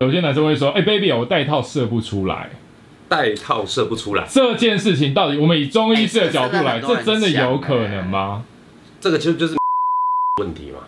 有些男生会说，baby， 我戴套射不出来。 戴套射不出来这件事情到底，我们以中医师的角度来，这真的有可能吗？ 这个其实就是问题嘛。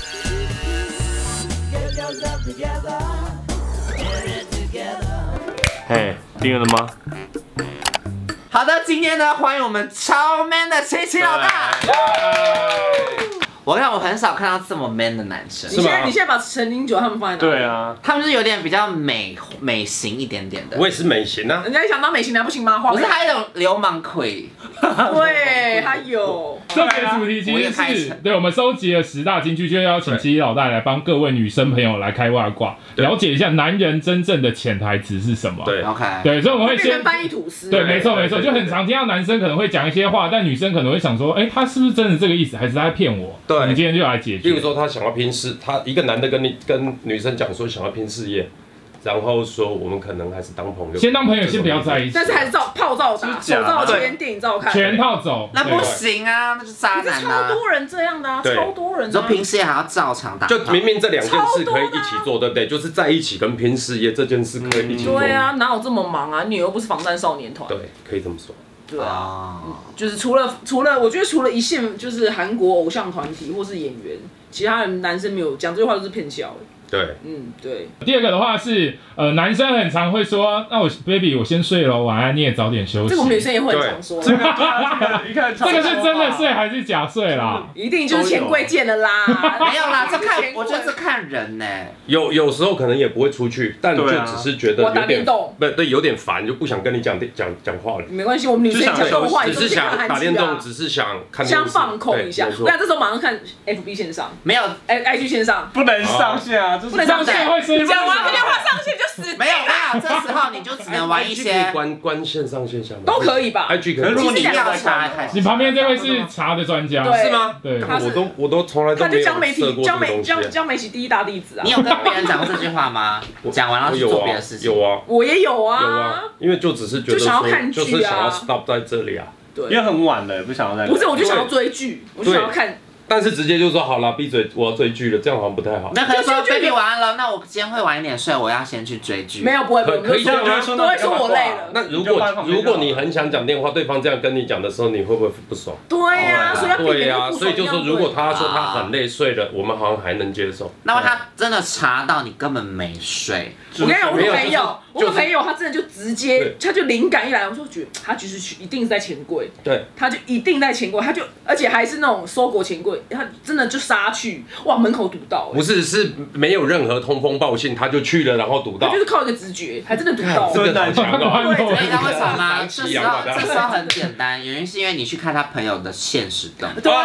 嘿，订阅了吗？ 好的，今天呢，欢迎我们超 man 的七七老大。我很少看到这么 man 的男生。 你现在把陈零九他们放在哪？ 对啊， 他们是有点比较美型一点点的。 我也是美型啊。 人家想当美型男不行吗？ 不是，他有种流氓魁。 对，他有。 这节主题其实是对我们收集了10大金句，就邀请七七老大来帮各位女生朋友来开外挂，了解一下男人真正的潜台词是什么。 对 ，OK， 对，所以我们会先翻译吐司。 对，没错，就很常听到男生可能会讲一些话，但女生可能会想说，他是不是真的这个意思，还是他在骗我？ 对， 我们今天就来解决。 例如说，他想要拼事，他一个男的跟女生讲说想要拼事业，然后说我们可能还是当朋友， 先当朋友，先不要在一起。 但是还是泡照打，手照签，电影照看， 全套走。 那不行啊，那就是渣男啊！ 超多人这样的啊，超多人。 你说拼事业还要照常打， 就明明这2件事可以一起做，对不对？就是在一起跟拼事业这件事可以一起做。 对啊，哪有这么忙啊？你又不是防弹少年团。 对，可以这么说。 对啊，就是除了，我觉得除了一线就是韩国偶像团体或是演员，其他人男生没有讲这句话都是骗笑。 对， 对。 第二个的话是，男生很常会说，那我 baby 我先睡了，晚安，你也早点休息。 这个我们女生也会很常说。 这个是真的睡还是假睡啦？ 一定就是钱贵贱了啦。 没有啦，我觉得这看人呢。 有时候可能也不会出去，但就只是觉得有点对，有点烦，就不想跟你讲话了。 没关系，我们女生讲动画， 只是想打电动，只是想看电视， 想放空一下。我看这时候马上看 FB 线上， 没有 IG 线上， 不能上线啊。 不能上线， 会生气。 讲完这句话上线就死。 没有，这时候你就只能玩一些关线上线下吗？ 都可以吧 ？IG 可以。 如果你要查， 你旁边这位是查的专家， 是吗？ 对， 我都从来都没有江美琪第一大弟子啊。 你有跟别人讲过这句话吗？讲完了去做别的事情。 有啊， 我也有啊。 因为就只是觉得想要看剧啊， 就是想要 stop 在这里啊。 对， 因为很晚了，不想要再。 不是，我就想要追剧，我就想要看。 但是直接就说好了，闭嘴，我要追剧了，这样好像不太好。 那可以说 baby 晚安了，那我今天会晚一点睡，我要先去追剧。 没有，不会， 可以这样说，都会说我累了。 那如果你很想讲电话，对方这样跟你讲的时候，你会不会不爽？ 对呀，所以要避免不爽。 所以就说，如果他说他很累睡了，我们好像还能接受。 那么他真的查到你根本没睡。 我跟你讲，我朋友他真的就直接，他就灵感一来，我就觉得他就是一定是在钱柜， 对， 他就一定在钱柜，他就而且还是那种搜国钱柜，他真的就杀去，哇，门口堵到， 不是没有任何通风报信，他就去了，然后堵到， 他就是靠一个直觉，还真的堵到， 这个太强了。 你知道为什么吗？这时候很简单，原因是因为你去看他朋友的现实动态。 对，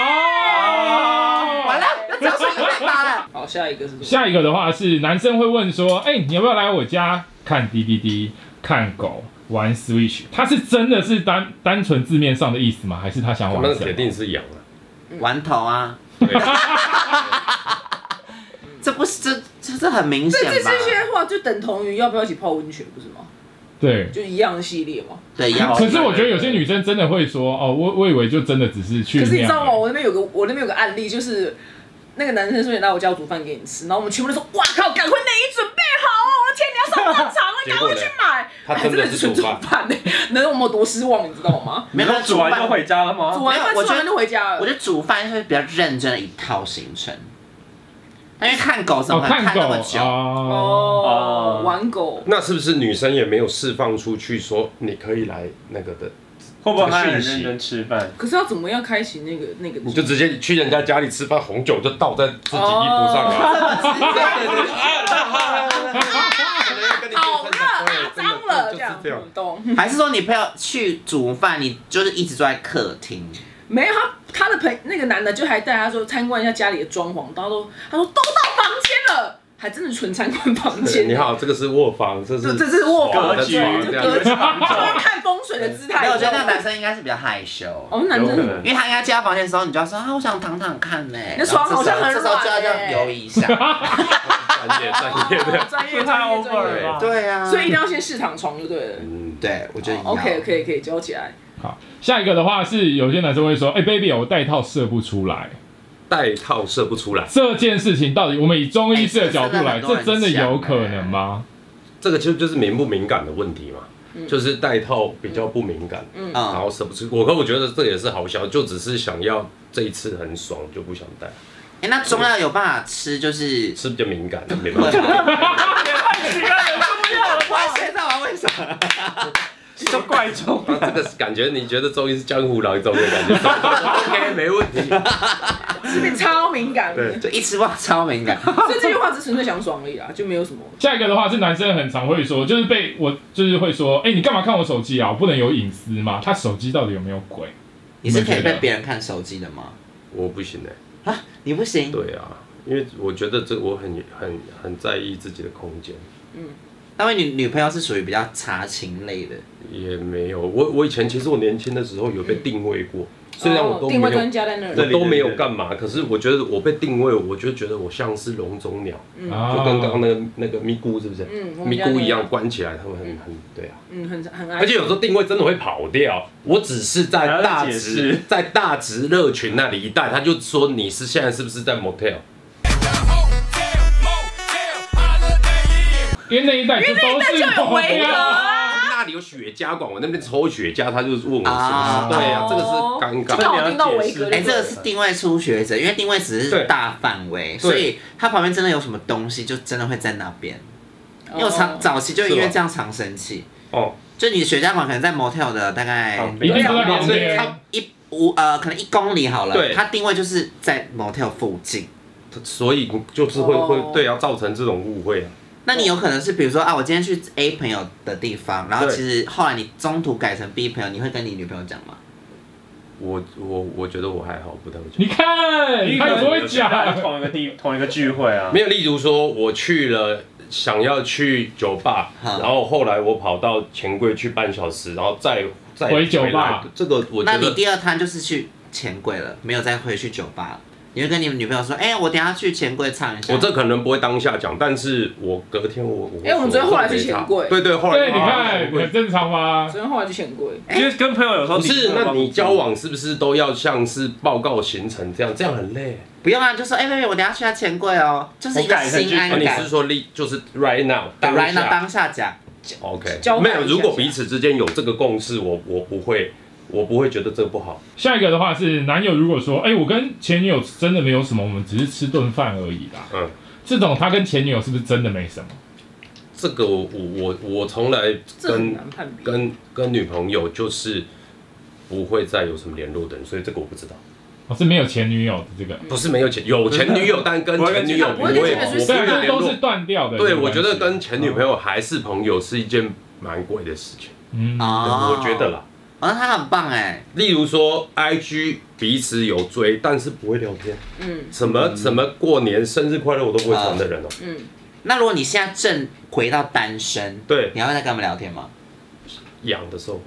完了，这是一被打了。 好，下一个是什么？ 下一个的话是男生会问说，你要不要来我家看 DVD、看狗、玩 Switch？ 他是真的是单纯字面上的意思吗？还是他想玩什么？ 那铁定是养了， 玩头啊。这不是这很明显吧？ 这些话就等同于要不要一起泡温泉，不是吗？ 对， 就一样的系列嘛。 对，一样。 可是我觉得有些女生真的会说，我以为就真的只是去。 可是你知道吗？我那边有个案例，就是那个男生说你来我家煮饭给你吃，然后我们全部都说哇靠，赶快内衣准备好哦！我的天，你要上战场了，赶快去买。 他真的是煮饭呢，能让我们多失望，你知道吗？ 没有煮完就回家了吗？ 煮完饭吃完就回家了。 我觉得煮饭是比较认真的一套行程。因为看狗怎么看那么久？ 玩狗。 那是不是女生也没有释放出去说你可以来那个的？ 会不会很认真吃饭？ 可是要怎么样开启那个？ 你就直接去人家家里吃饭，红酒就倒在自己衣服上啊！ 好热，脏了，这样懂？ 还是说你朋友去煮饭，你就是一直坐在客厅？ 没有，他的那个男的就还带他说参观一下家里的装潢，他说都到房间了，还真的纯参观房间。 你好，这个是卧房，这是卧房格局， 他看风水的姿态。 没有，我觉得那个男生应该是比较害羞。 男生， 因为他应该进到房间的时候，你就要说我想躺躺看呢。 那床好像很软， 这时候就要这样犹豫一下。 专业太 over 了。 对啊， 所以一定要先试躺床就对了。 对，我觉得 OK，可以教起来。 好，下一个的话是有些男生会说，baby， 我戴套射不出来。 戴套射不出来， 这件事情到底我们以中医师的角度来，这真的有可欸能吗？ 这个其实就是敏不敏感的问题嘛。就是戴套比较不敏感，然后射不出。我觉得这也是好笑，就只是想要这一次很爽，就不想戴。 那中药有办法吃，就是吃比较敏感，没办法。 太奇怪了，中药的话， 我现在玩为什么？ 就怪中药。 这个感觉你觉得中医是江湖郎中的感觉 ，OK 没问题。 是不是超敏感？ 对， 就一吃哇超敏感。 所以这句话只是纯粹想爽而已啦，就没有什么。 下一个的话是男生很常会说，就是被我就是会说，你干嘛看我手机啊？我不能有隐私吗？他手机到底有没有鬼？ 你是可以被别人看手机的吗？ 我不行哎。 啊，你不行？ 对啊，因为我觉得我很在意自己的空间。 那位女朋友是属于比较查情类的， 也没有，我以前其实我年轻的时候有被定位过，虽然我都定位没有跟加在那儿， 我都没有干嘛，可是我觉得我被定位，我就觉得我像是笼中鸟，就跟刚刚那个咪咕是不是？咪咕一样关起来，他们很对啊， 很爱， 而且有时候定位真的会跑掉，我只是在大直乐群那里一带，他就说你是现在是不是在 motel？ 因为那一带就都是就有违和啊。 那里有雪茄馆，我那边抽雪茄，他就问我是不是？对啊，这个是尴尬。 刚好听到维格。 这个是定位初学者，因为定位只是大范围，所以他旁边真的有什么东西，就真的会在那边。因为我早期就因为这样常生气。哦。就你的雪茄馆可能在 motel 的大概一定在旁边， 可能1公里好了。 对。 它定位就是在 motel 附近， 所以就是会对要造成这种误会啊。 那你有可能是比如说啊，我今天去 A 朋友的地方，然后其实后来你中途改成 B 朋友，你会跟你女朋友讲吗？ 我觉得我还好，不太会讲。 你看，他有时候会讲同一个聚会啊。 没有，例如说我去了，想要去酒吧，然后后来我跑到钱柜去半小时，然后再回酒吧。 这个我觉得。 那你第二摊就是去钱柜了，没有再回去酒吧了。你会跟你女朋友说，我等一下去钱柜唱一下。 我这可能不会当下讲，但是我隔天我我们昨天后来去钱柜。 对，后来。 对，你看很正常吗？ 昨天后来去钱柜。 其实跟朋友有时候不是，那你交往是不是都要像是报告行程这样？这样很累。 不用啊，就说妹妹，我等一下去下钱柜哦，就是一个心安感。 你是说就是 right now 当下讲。 OK， 没有，如果彼此之间有这个共识，我不会觉得这个不好。 下一个的话是男友如果说，我跟前女友真的没有什么，我们只是吃顿饭而已啦。这种他跟前女友是不是真的没什么？ 这个我从来跟女朋友就是不会再有什么联络的人，所以这个我不知道。 是没有前女友的这个， 不是没有有前女友，但跟前女友不会， 对，都是断掉的。 对，我觉得跟前女朋友还是朋友是一件蛮贵的事情。我觉得啦。 他很棒哎。 例如说 ，IG 彼此有追，但是不会聊天。什么过年生日快乐我都不会传的人哦。 那如果你现在正回到单身， 对， 你还会再跟他们聊天吗？ 痒的时候会。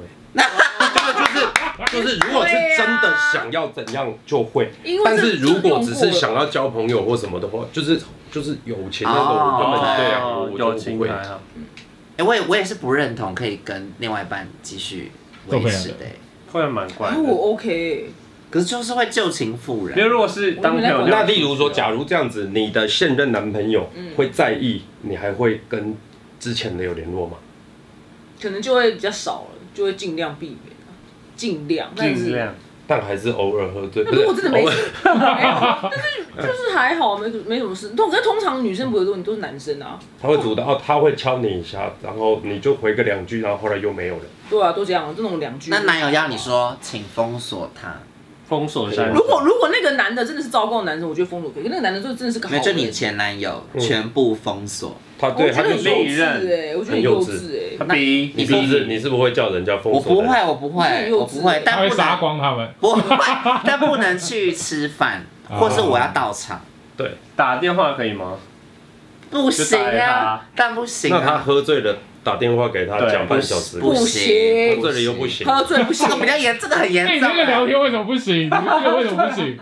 就是，如果是真的想要怎样就会，但是如果只是想要交朋友或什么的话，就是友情那种，我根本对啊，我就不会。 我也是不认同可以跟另外一半继续维持的， 会蛮怪的。 我 OK， 可是就是会旧情复燃。 因为如果是当朋友， 那例如说，假如这样子，你的现任男朋友会在意，你还会跟之前的有联络吗？ 可能就会比较少了，就会尽量避免，尽量， 但还是偶尔喝醉。 如果真的没事，没有，但是就是还好，没什么事。可是通常女生不会说你都是男生啊。 他会主动他会敲你一下，然后你就回个2句，然后后来又没有了。 对啊，都这样，这种2句。 那男友要你说，请封锁他。 封锁一下。 如果那个男的真的是糟糕的男生，我觉得封锁可以。那个男的就真的是个好人。 就你前男友全部封锁。 他对他就很幼稚哎，我觉得很幼稚哎。 他逼你是不是会叫人家封锁？ 我不会， 他会杀光他们。 不会，但不能去吃饭，或是我要到场。 对， 打电话可以吗？ 不行啊，但不行。 那他喝醉了打电话给他讲半小时， 不行， 喝醉了又不行， 喝醉不行， 这个比较严，这个很严重。 你这个聊天为什么不行？你这个为什么不行？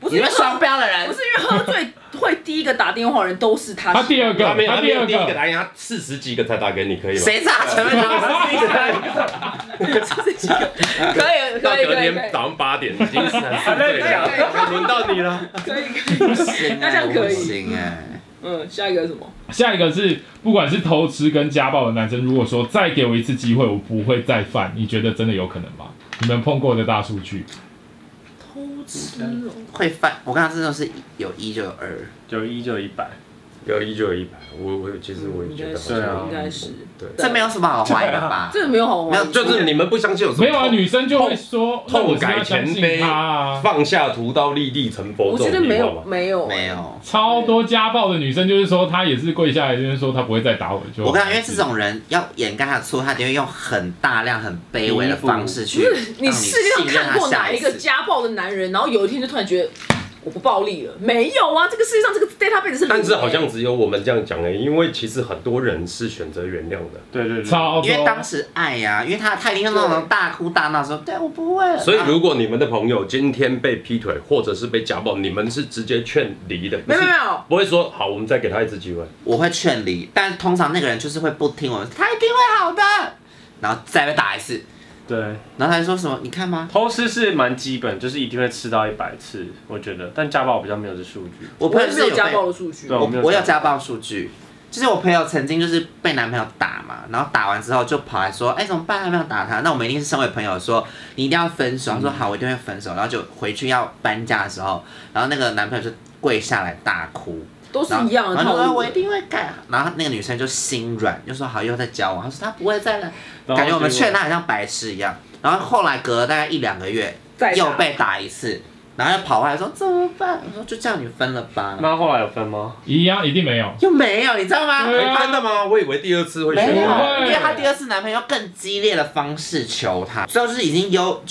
你们双标的人， 不是因为喝醉会第一个打电话的人都是他。 他第二个， 他没有第一个打电话，40几个才打给你，可以吗？ 谁打前面打 40几个？可以。 到隔天早上8点，已经4岁了，轮到你了。 可以。 不行， 那这样可以。 不行哎。 下一个是什么？ 下一个是，不管是偷吃跟家暴的男生，如果说再给我一次机会，我不会再犯，你觉得真的有可能吗？你们碰过的大数据？ 偷吃会犯，我刚刚真的是有1就有2， 有1就有100。 有1就有100，其实我也觉得对啊， 应该是对， 这没有什么好怀的吧？ 这没有好怀， 没有，就是你们不相信有什么？ 没有啊，女生就会说痛改前非，放下屠刀立地成佛。 我觉得没有， 超多家暴的女生就是说，她也是跪下来就是说她不会再打我就。 我跟你讲，因为这种人要掩盖他的错，他就会用很大量、很卑微的方式去。 你世界上看过哪一个家暴的男人，然后有一天就突然觉得？我不暴力了，没有啊！这个世界上这个 database 是， 但是好像只有我们这样讲而已，因为其实很多人是选择原谅的。 对， 超多。 因为当时爱呀，因为他一定是那种大哭大闹说，对我不会了。 所以如果你们的朋友今天被劈腿或者是被家暴，你们是直接劝离的， 没有， 不会说好，我们再给他一次机会。 我会劝离，但通常那个人就是会不听我们，他一定会好的，然后再被打一次。 对， 然后他就说什么？你看吗？ 偷吃是蛮基本，就是一定会吃到100次，我觉得。但家暴我比较没有这数据。 我朋友没有家暴的数据， 我有家暴数据。就是我朋友曾经就是被男朋友打嘛，然后打完之后就跑来说，怎么办？男朋友打他，那我们一定是身为朋友说你一定要分手。他说好，我一定会分手。然后就回去要搬家的时候，然后那个男朋友就跪下来大哭。 都是一样的套路。 我一定会改。然后那个女生就心软，就说好，以后再交往。她说她不会再了，感觉我们劝她好像白痴一样。然后后来隔了大概1-2个月，又被打一次，然后又跑回来说怎么办？我说就叫你分了吧。 那后来有分吗？ 一样，一定没有。 又没有，你知道吗？ 真的吗？我以为第2次会选。 没有，因为她第2次男朋友更激烈的方式求她，最后就是已经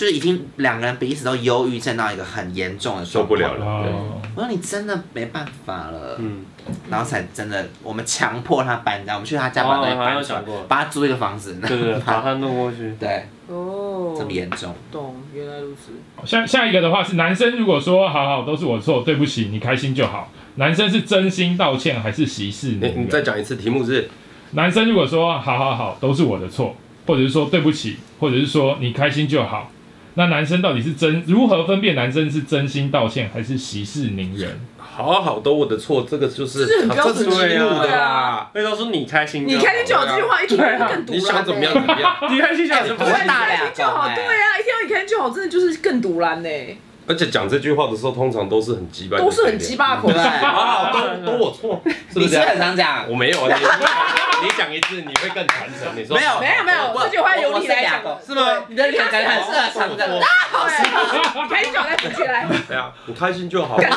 2个人彼此都忧郁症到一个很严重的受不了了。 我说你真的没办法了，然后才真的我们强迫他搬家，我们去他家把他搬出来，帮他租一个房子， 对，把他弄过去。 对，这么严重。 懂，原来如此。 下一个的话是男生如果说好都是我错，对不起，你开心就好。男生是真心道歉还是息事宁人？ 你再讲一次，题目是： 男生如果说好都是我的错，或者是说对不起，或者是说你开心就好。那男生到底是如何分辨男生是真心道歉还是息事宁人？ 好都我的错，这个就是这很标准的啦。 那都说你开心就好，这句话一听就更毒辣。 你想怎么样？ 你开心就好， 不会大开心就好。对啊，一听到你开心就好，真的就是更毒辣呢。 而且讲这句话的时候，通常都是很鸡巴， 都是很鸡巴口气。 都我错， 你是很常讲， 我没有啊。你讲一次，你会更传神。你说没有， 这句话由你来讲， 是吗？ 你的脸感觉很适合常讲。 好适合，开心就好，再举起来。 对啊，你开心就好。 超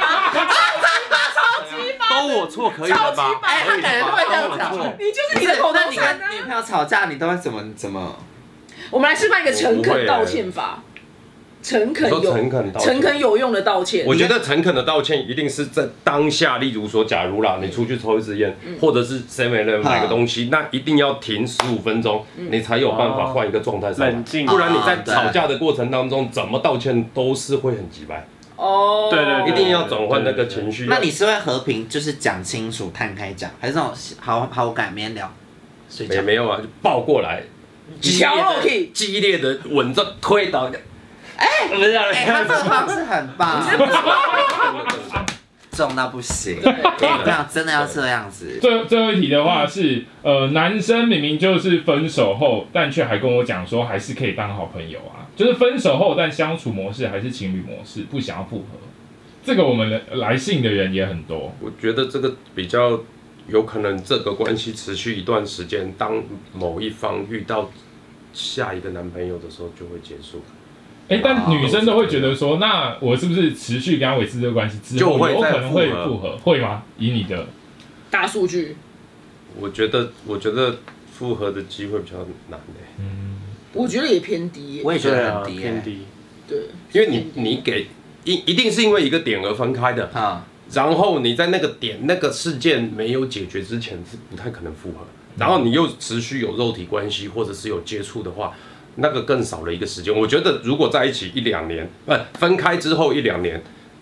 鸡巴， 都我错可以了吧？ 他感觉都会这样讲。 你就是你的口头禅啊。 你跟女朋友吵架，你都会怎么？ 我们来示范一个诚恳道歉法。诚恳有用的道歉。 我觉得诚恳的道歉一定是在当下，例如说，假如啦，你出去抽一支烟，或者是 7-Eleven 买个东西，那一定要停15分钟，你才有办法换一个状态上来， 冷静， 不然你在吵架的过程当中怎么道歉都是会很急掰。 哦， 对， 一定要转换那个情绪。 那你是会和平，就是讲清楚、摊开讲，还是那种好感明聊？ 没有啊，就抱过来，激烈的吻着推倒。 他这个方式很棒，重到不行，这样真的要这样子。 最后一题的话是，男生明明就是分手后，但却还跟我讲说还是可以当好朋友啊，就是分手后但相处模式还是情侣模式，不想要复合。这个我们来信的人也很多。 我觉得这个比较有可能，这个关系持续一段时间，当某一方遇到下一个男朋友的时候就会结束。 但女生都会觉得说，那我是不是持续跟他维持这个关系之后，有可能会复合？会吗？以你的大数据， 我觉得复合的机会比较难的。 我觉得也偏低。 我也觉得很低， 偏低。 对， 因为你给一定是因为一个点而分开的啊，然后你在那个点那个事件没有解决之前是不太可能复合，然后你又持续有肉体关系或者是有接触的话。那个更少了一个时间，我觉得如果在一起1-2年，分开之后1-2年，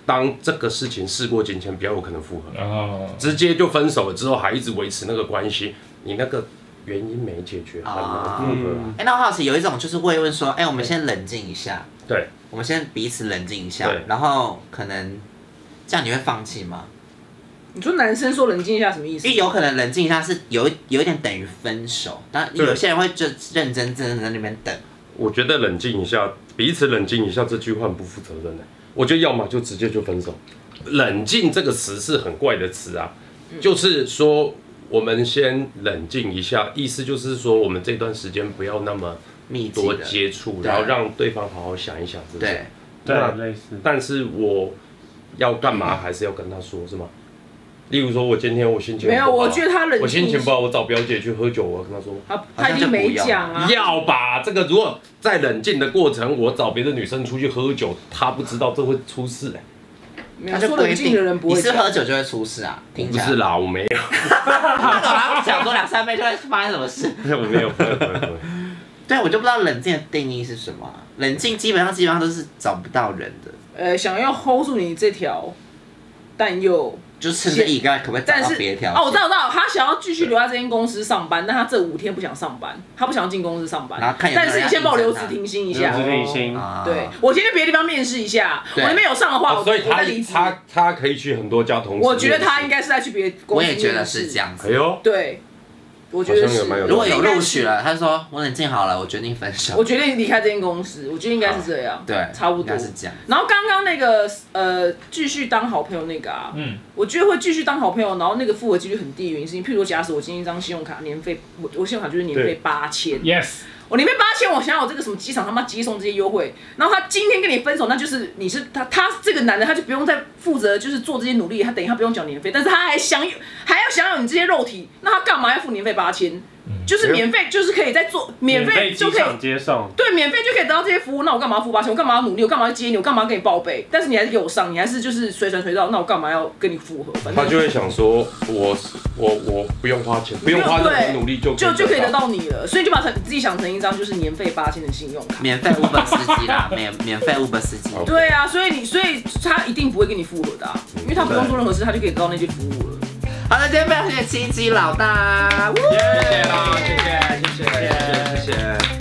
当这个事情事过境迁，比较有可能复合。直接就分手了之后，还一直维持那个关系，你那个原因没解决，很难复合。 那我好奇有一种就是会问说，我们先冷静一下， 对， 我们先彼此冷静一下，然后可能这样你会放弃吗？ 你说男生说冷静一下什么意思？ 因为有可能冷静一下是有一点等于分手，但有些人会就认真在那边等。 我觉得冷静一下，彼此冷静一下这句话很不负责任的。我觉得要么就直接就分手。冷静这个词是很怪的词啊，就是说我们先冷静一下，意思就是说我们这段时间不要那么多接触，然后让对方好好想一想，是不是？ 对，类似。 但是我要干嘛还是要跟他说，是吗？例如说，我今天我心情没有，我觉得他冷静。 我心情不好，我找表姐去喝酒，我要跟她说。 他一定没讲啊。 要吧，这个如果在冷静的过程，我找别的女生出去喝酒，她不知道这会出事他就冷静的人不会。 你是喝酒就会出事啊？ 不是啦，我没有。 他想说2-3杯就会发生什么事？ 我没有。 对，我就不知道冷静的定义是什么。冷静基本上都是找不到人的。 想要 hold 住你这条，但又。 就是趁着一个可不可以找到别条？ 我知道，他想要继续留在这间公司上班，但他这5天不想上班，他不想要进公司上班。但是你先帮我留职停薪一下。 留职停薪。 对，我先去别的地方面试一下，我那边有上的话，我再离职。 他可以去很多家同事。 我觉得他应该是在去别的公司。 我也觉得是这样子。 哎呦， 对。我觉得是， 如果有录取了，他说我冷静好了，我决定分手。 我决定离开这间公司，我觉得应该是这样， 对， 差不多是这样。 然后刚刚那个继续当好朋友那个啊，我觉得会继续当好朋友，然后那个复合几率很低，原因是，譬如说假使我今天一张信用卡年费，我信用卡就是年费8000，我年费8000，我想要有这个什么机场他妈接送这些优惠，然后他今天跟你分手，那就是你是他这个男的他就不用再负责就是做这些努力，他等于他不用缴年费，但是他还要享有你这些肉体，那他干嘛要付年费8000？就是免费，就是可以在做免费就可以接送， 对，免费就可以得到这些服务。那我干嘛要付8000？我干嘛要努力？我干嘛要接你？我干嘛要跟你报备？但是你还是给我上，你还是就是随传随到。那我干嘛要跟你复合？ 他就会想说，我不用花钱，不用花任何努力就可以得到你了。所以就把你自己想成一张就是年费8000的信用卡， 免费 Uber 司机啦，免费 Uber 司机。 对啊，所以他一定不会跟你复合的，因为他不用做任何事，他就可以得到那些服务了。 好的，今天非常谢谢7G老大， 谢谢啦，谢谢。